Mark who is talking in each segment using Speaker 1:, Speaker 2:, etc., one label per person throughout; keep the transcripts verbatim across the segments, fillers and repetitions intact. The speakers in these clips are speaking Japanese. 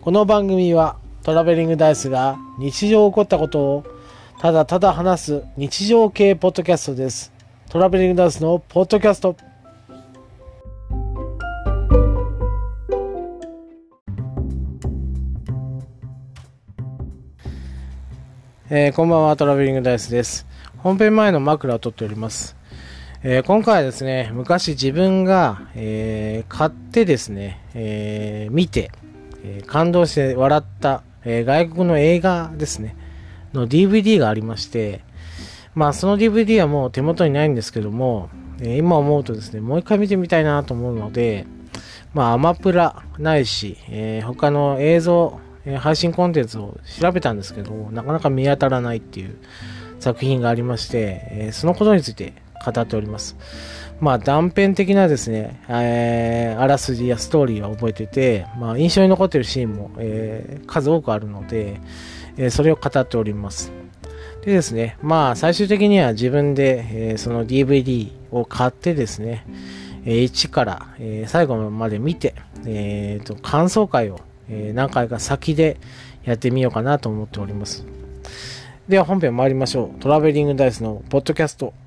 Speaker 1: この番組はトラベリングダイスが日常起こったことをただただ話す日常系ポッドキャストです。トラベリングダイスのポッドキャスト。えー、こんばんは、トラベリングダイスです。本編前の枕を撮っております。えー、今回はですね、昔自分が、えー、買ってですね、えー、見て、えー、感動して笑った、えー、外国の映画ですねの ディーブイディー がありまして、まあその ディーブイディー はもう手元にないんですけども、えー、今思うとですね、もう一回見てみたいなと思うので、まあアマプラないし、えー、他の映像配信コンテンツを調べたんですけど、なかなか見当たらないっていう作品がありまして、えー、そのことについて語っております。まあ断片的なですね、えー、あらすじやストーリーは覚えてて、まあ印象に残っているシーンも、えー、数多くあるので、えー、それを語っております。でですね、まあ最終的には自分で、えー、その ディーブイディー を買ってですね、えー、いちから、えー、最後まで見て、えーと、感想会をえー、何回か先でやってみようかなと思っております。では本編参りましょう。トラベリングダイスのポッドキャスト。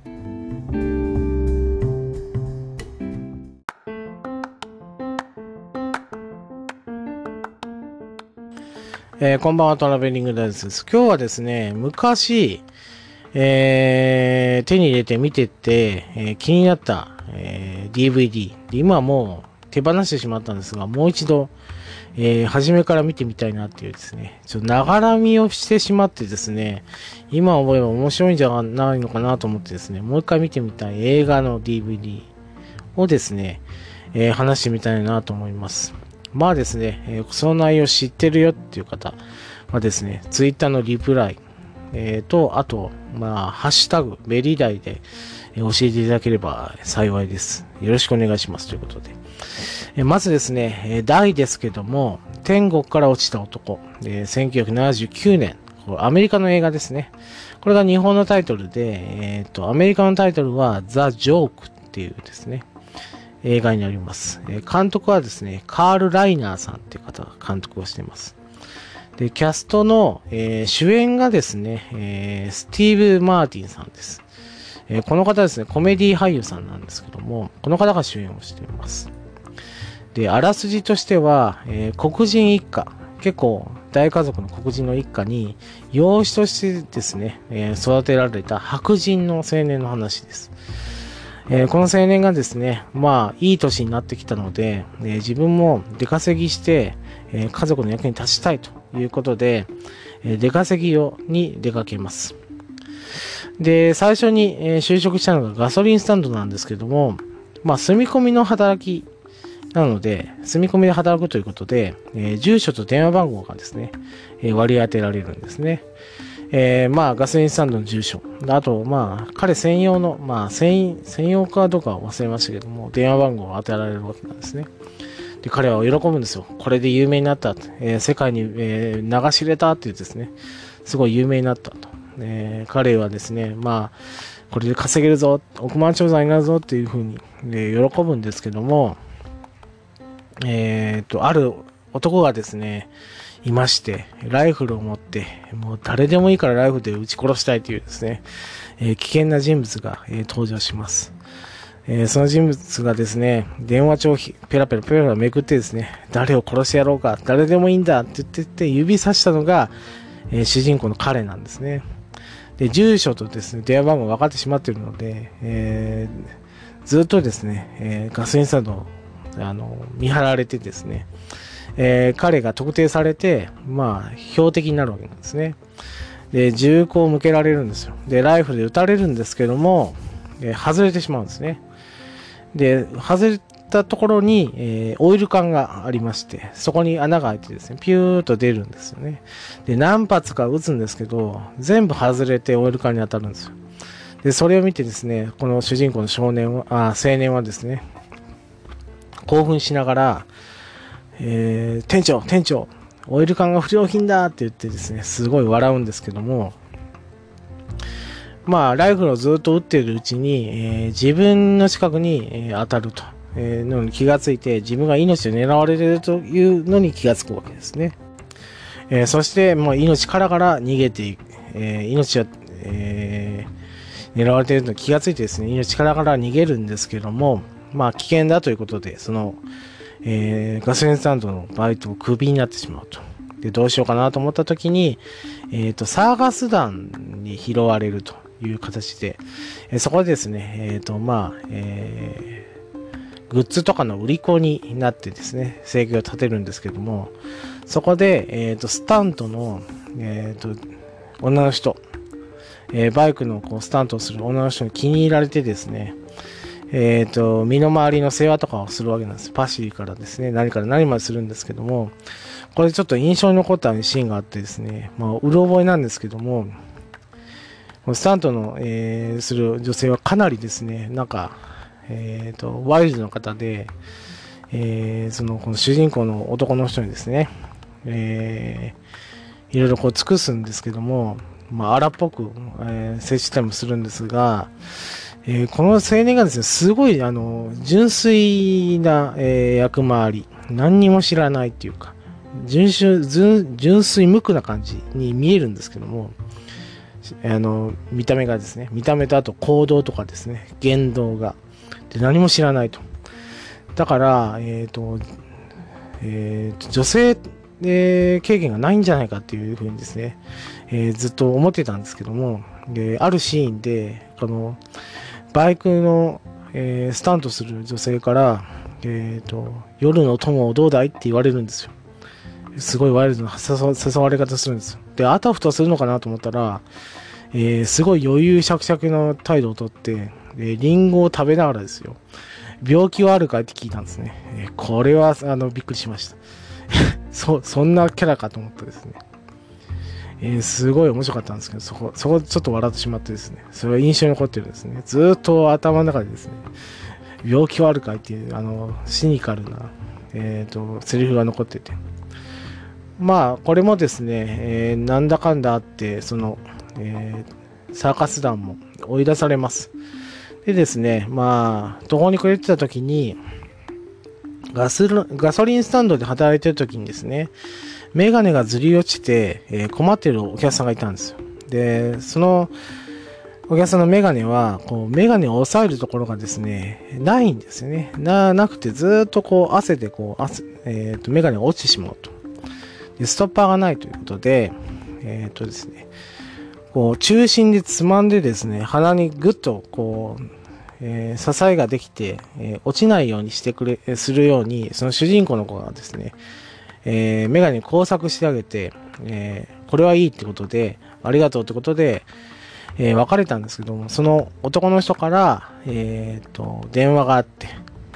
Speaker 1: えー、こんばんは、トラベリングダイスです。今日はですね、昔、えー、手に入れて見てて、えー、気になった、えー、ディーブイディー。今はもう手放してしまったんですが、もう一度えー、初めから見てみたいなっていうですね、ちょっとながら見をしてしまってですね、今思えば面白いんじゃないのかなと思ってですね、もう一回見てみたい映画の ディーブイディー をですね、えー、話してみたいなと思います。まあですね、えー、その内容知ってるよっていう方はですね、ツイッターのリプライ、えー、と、あと、まあ、ハッシュタグ、ベリーダイで教えていただければ幸いです。よろしくお願いしますということで。えまずですね、題ですけども、天国から落ちた男、えー、せんきゅうひゃくななじゅうきゅうねん、これアメリカの映画ですね。これが日本のタイトルで、えー、とアメリカのタイトルはザ・ジョークっていうですね、映画になります。えー、監督はですね、カール・ライナーさんっていう方が監督をしています。で、キャストの、えー、主演がですね、えー、スティーブ・マーティンさんです。えー、この方ですね、コメディ俳優さんなんですけども、この方が主演をしています。で、あらすじとしては、えー、黒人一家、結構大家族の黒人の一家に養子としてですね、えー、育てられた白人の青年の話です。えー、この青年がですね、まあいい年になってきたので、えー、自分も出稼ぎして、えー、家族の役に立ちたいということで、えー、出稼ぎをに出かけます。で、最初に、えー、就職したのがガソリンスタンドなんですけども、まあ住み込みの働きなので、住み込みで働くということで、えー、住所と電話番号がですね、えー、割り当てられるんですね。えー、まあ、ガソリンスタンドの住所。あと、まあ、彼専用の、まあ、専、専用かどうかは忘れましたけども、電話番号を与えられるわけなんですね。で、彼は喜ぶんですよ。これで有名になった。えー、世界に、えー、流し入れたっていうですね、すごい有名になったと。えー、彼はですね、まあ、これで稼げるぞ、億万長者になるぞっていうふうに、えー、喜ぶんですけども、えーと、ある男がですね、いまして、ライフルを持って、もう誰でもいいからライフルで撃ち殺したいというですね、えー、危険な人物が、えー、登場します。えー、その人物がですね、電話帳をペラペラペラペラめくってですね、誰を殺してやろうか、誰でもいいんだって言ってて指さしたのが、えー、主人公の彼なんですね。で、住所とですね、電話番号分かってしまっているので、えー、ずっとですね、えー、ガソリンスタンドをあの見張られてですね、えー、彼が特定されて、まあ、標的になるわけなんですね。で、銃口を向けられるんですよ。で、ライフルで撃たれるんですけども、えー、外れてしまうんですね。で、外れたところに、えー、オイル缶がありまして、そこに穴が開いてですね、ピューッと出るんですよね。で、何発か撃つんですけど、全部外れてオイル缶に当たるんですよ。で、それを見てですね、この主人公の少年は、あ、青年はですね、興奮しながら、えー、店長、店長、オイル缶が不良品だって言ってですね、すごい笑うんですけども、まあ、ライフルをずっと撃っているうちに、えー、自分の近くに、えー、当たると、えー、のに気がついて、自分が命を狙われているというのに気がつくわけですね。 えー、そしてもう命からがら逃げていく、えー、命は、えー、狙われているのに気がついてですね、命からがら逃げるんですけども、まあ危険だということで、その、えー、ガソリンスタンドのバイトをクビになってしまうと。で、どうしようかなと思った時に、えっと、サーカス団に拾われるという形で、えー、そこでですね、えっと、まあ、えー、グッズとかの売り子になってですね、生計を立てるんですけども、そこで、えっと、スタントの、えっと、女の人、えー、バイクのこうスタントをする女の人に気に入られてですね、えっと、身の回りの世話とかをするわけなんです。パシリからですね、何から何までするんですけども、これちょっと印象に残ったシーンがあってですね、まあ、うろ覚えなんですけども、スタントの、えー、する女性はかなりですね、なんか、えっと、ワイルドな方で、えー、その、この主人公の男の人にですね、えー、いろいろこう尽くすんですけども、まあ、荒っぽく、えー、接したりもするんですが、えー、この青年がですね、すごい、あの、純粋な、えー、役回り、何にも知らないっていうか、純粋、純粋無垢な感じに見えるんですけども、あの、見た目がですね、見た目とあと行動とかですね、言動が、で何も知らないと。だから、えっと、えーと、女性、えー、経験がないんじゃないかっていうふうにですね、えー、ずっと思ってたんですけども、であるシーンで、この、バイクの、えー、スタントする女性から、えーと、夜の友をどうだいって言われるんですよ。すごいワイルドな誘われ方するんですよ。で、あたふたするのかなと思ったら、えー、すごい余裕しゃくしゃくの態度をとって、えー、リンゴを食べながらですよ。病気はあるかって聞いたんですね。えー、これは、あの、びっくりしました。そ、そんなキャラかと思ったですね。えー、すごい面白かったんですけど、そこ、そこちょっと笑ってしまってですね。それは印象に残ってるんですね。ずーっと頭の中でですね、病気はあるかいっていう、あの、シニカルな、えっと、セリフが残ってて。まあ、これもですね、えー、なんだかんだあって、その、えー、サーカス団も追い出されます。でですね、まあ、途方に暮れてた時に、ガスル、ガソリンスタンドで働いてる時にですね、メガネがずり落ちて、えー、困ってるお客さんがいたんですよ。で、そのお客さんのメガネは、こう、メガネを押さえるところがですね、ないんですよね。な、なくてずーっとこう、汗でこう、汗、えっと、メガネが落ちてしまうと。で、ストッパーがないということで、えっとですね、こう、中心でつまんでですね、鼻にぐっとこう、えー、支えができて、えー、落ちないようにしてくれ、するように、その主人公の子がですね、えー、メガネに工作してあげて、えー、これはいいってことで、ありがとうってことで、えー、別れたんですけども、その男の人から、えー、と、電話があって、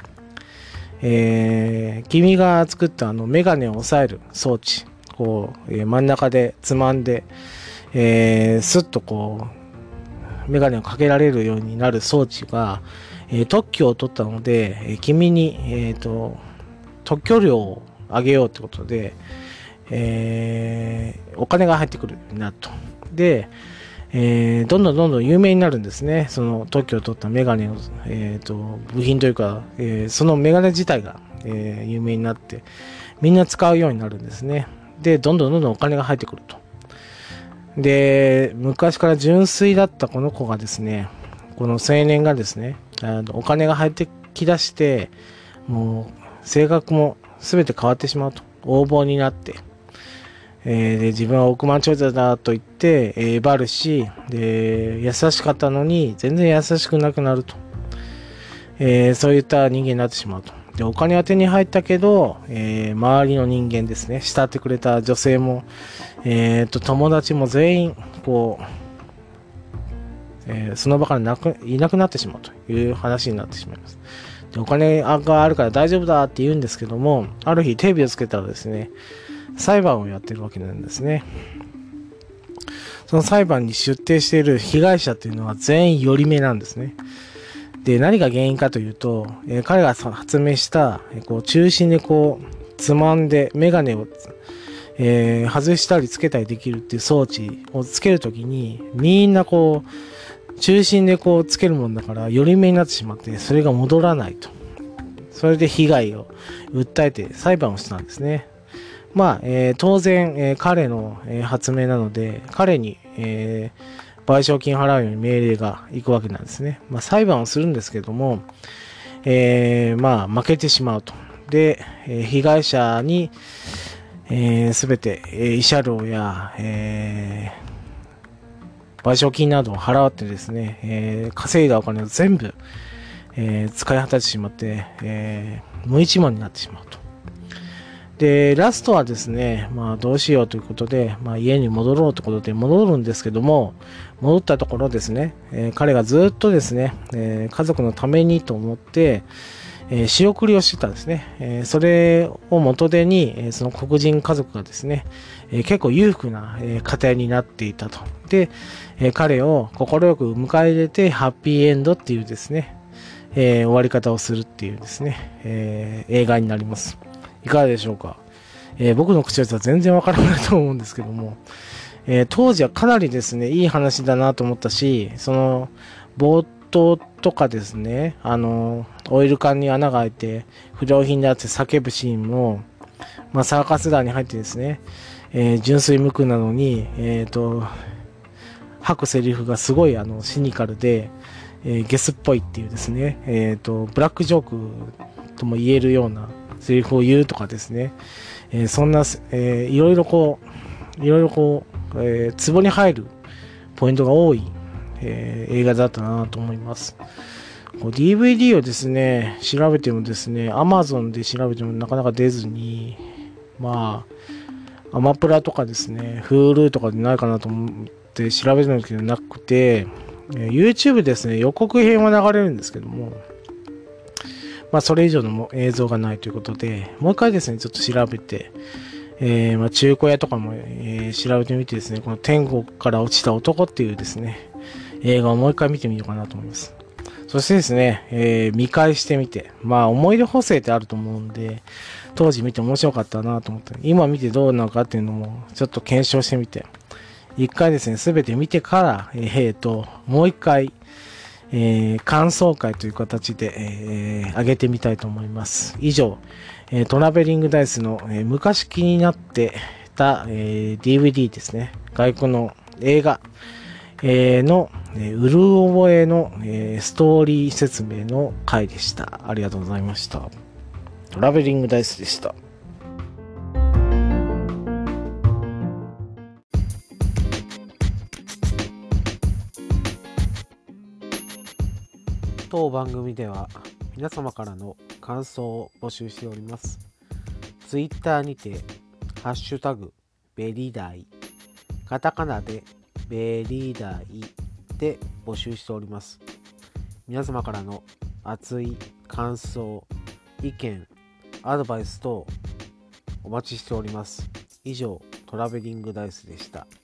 Speaker 1: えー、君が作ったあのメガネを押さえる装置、こう、えー、真ん中でつまんで、えー、スッとこう、メガネをかけられるようになる装置が、えー、特許を取ったので、えー、君に、えーと、特許料をあげようってことで、えー、お金が入ってくるようになると。で、えー、どんどんどんどん有名になるんですね。その特許を取ったメガネの、えーと、部品というか、えー、そのメガネ自体が、えー、有名になって、みんな使うようになるんですね。で、どんどんどんどんお金が入ってくると。で、昔から純粋だったこの子がですね、この青年がですね、あのお金が入ってきだして、もう性格も全て変わってしまうと。横暴になって、えー、で自分は億万長者だと言って、えー、バるし、で、優しかったのに全然優しくなくなると。えー、そういった人間になってしまうと。で、お金は手に入ったけど、えー、周りの人間ですね、慕ってくれた女性も、えーと、友達も全員、こう、えー、その場からなくいなくなってしまうという話になってしまいます。で、お金があるから大丈夫だって言うんですけども、ある日テレビをつけたらですね、裁判をやってるわけなんですね。その裁判に出廷している被害者っていうのは全員寄り目なんですね。で、何が原因かというと、えー、彼が発明した、えー、こう中心でこうつまんでメガネを、えー、外したりつけたりできるっていう装置をつけるときに、みんなこう中心でこうつけるもんだから寄り目になってしまって、それが戻らないと。それで被害を訴えて裁判をしたんですね。 まあ、えー当然、えー彼の、えー発明なので、彼に、えー賠償金払うように命令が行くわけなんですね。まあ、裁判をするんですけども、えーまあ、負けてしまうと。で、えー被害者に、えー、全て、えー慰謝料や、えー賠償金などを払ってですね、えー稼いだお金を全部、えー使い果たしてしまって、えー無一文になってしまうと。で、ラストはですね、まあどうしようということで、まあ家に戻ろうということで戻るんですけども、戻ったところですね、えー彼がずっとですね、えー家族のためにと思って、えー仕送りをしてたんですね。えーそれを元手に、えーその黒人家族がですね、えー結構裕福な、えー家庭になっていたと。で、えー彼を快く迎え入れてハッピーエンドっていうですね、えー終わり方をするっていうですね、えー映画になります。いかがでしょうか。えー僕の口では全然わからないと思うんですけども、えー当時はかなりですね、いい話だなと思ったし、その、冒頭とかですね、あの、オイル缶に穴が開いて、不良品であって叫ぶシーンも、まあ、サーカス団に入ってですね、えー純粋無垢なのに、えっ、と、吐くセリフがすごいあのシニカルで、えーゲスっぽいっていうですね、えっ、と、ブラックジョークとも言えるようなセリフを言うとかですね、えーそんな、えーいろいろこう、いろいろこう、えー、ツボに入るポイントが多い、えー映画だったなと思います。こう ディーブイディー をですね、調べてもですね、Amazon で調べてもなかなか出ずに、まあ、アマプラとかですね、Hulu とかでないかなと思って調べてるんですけどなくて、えー YouTube ですね、予告編は流れるんですけども、まあ、それ以上のも映像がないということで、もう一回ですね、ちょっと調べて、えーまあ、中古屋とかも、えー調べてみてですね、この天国から落ちた男っていうですね、映画をもう一回見てみようかなと思います。そしてですね、えー見返してみて、まあ思い出補正ってあると思うんで、当時見て面白かったなと思って、今見てどうなのかっていうのもちょっと検証してみて、一回ですね、すべて見てから、えーと、もう一回、えー感想会という形で、えー上げてみたいと思います。以上、えートラベリングダイスの、えー昔気になってた、えー ディーブイディー ですね。外国の映画、えーの、えーうる覚えの、えーストーリー説明の回でした。ありがとうございました。トラベリングダイスでした。当番組では皆様からの感想を募集しております。ツイッターにて、ハッシュタグ、ベリダイ、カタカナでベリダイで募集しております。皆様からの熱い感想、意見、アドバイス等お待ちしております。以上、トラベリングダイスでした。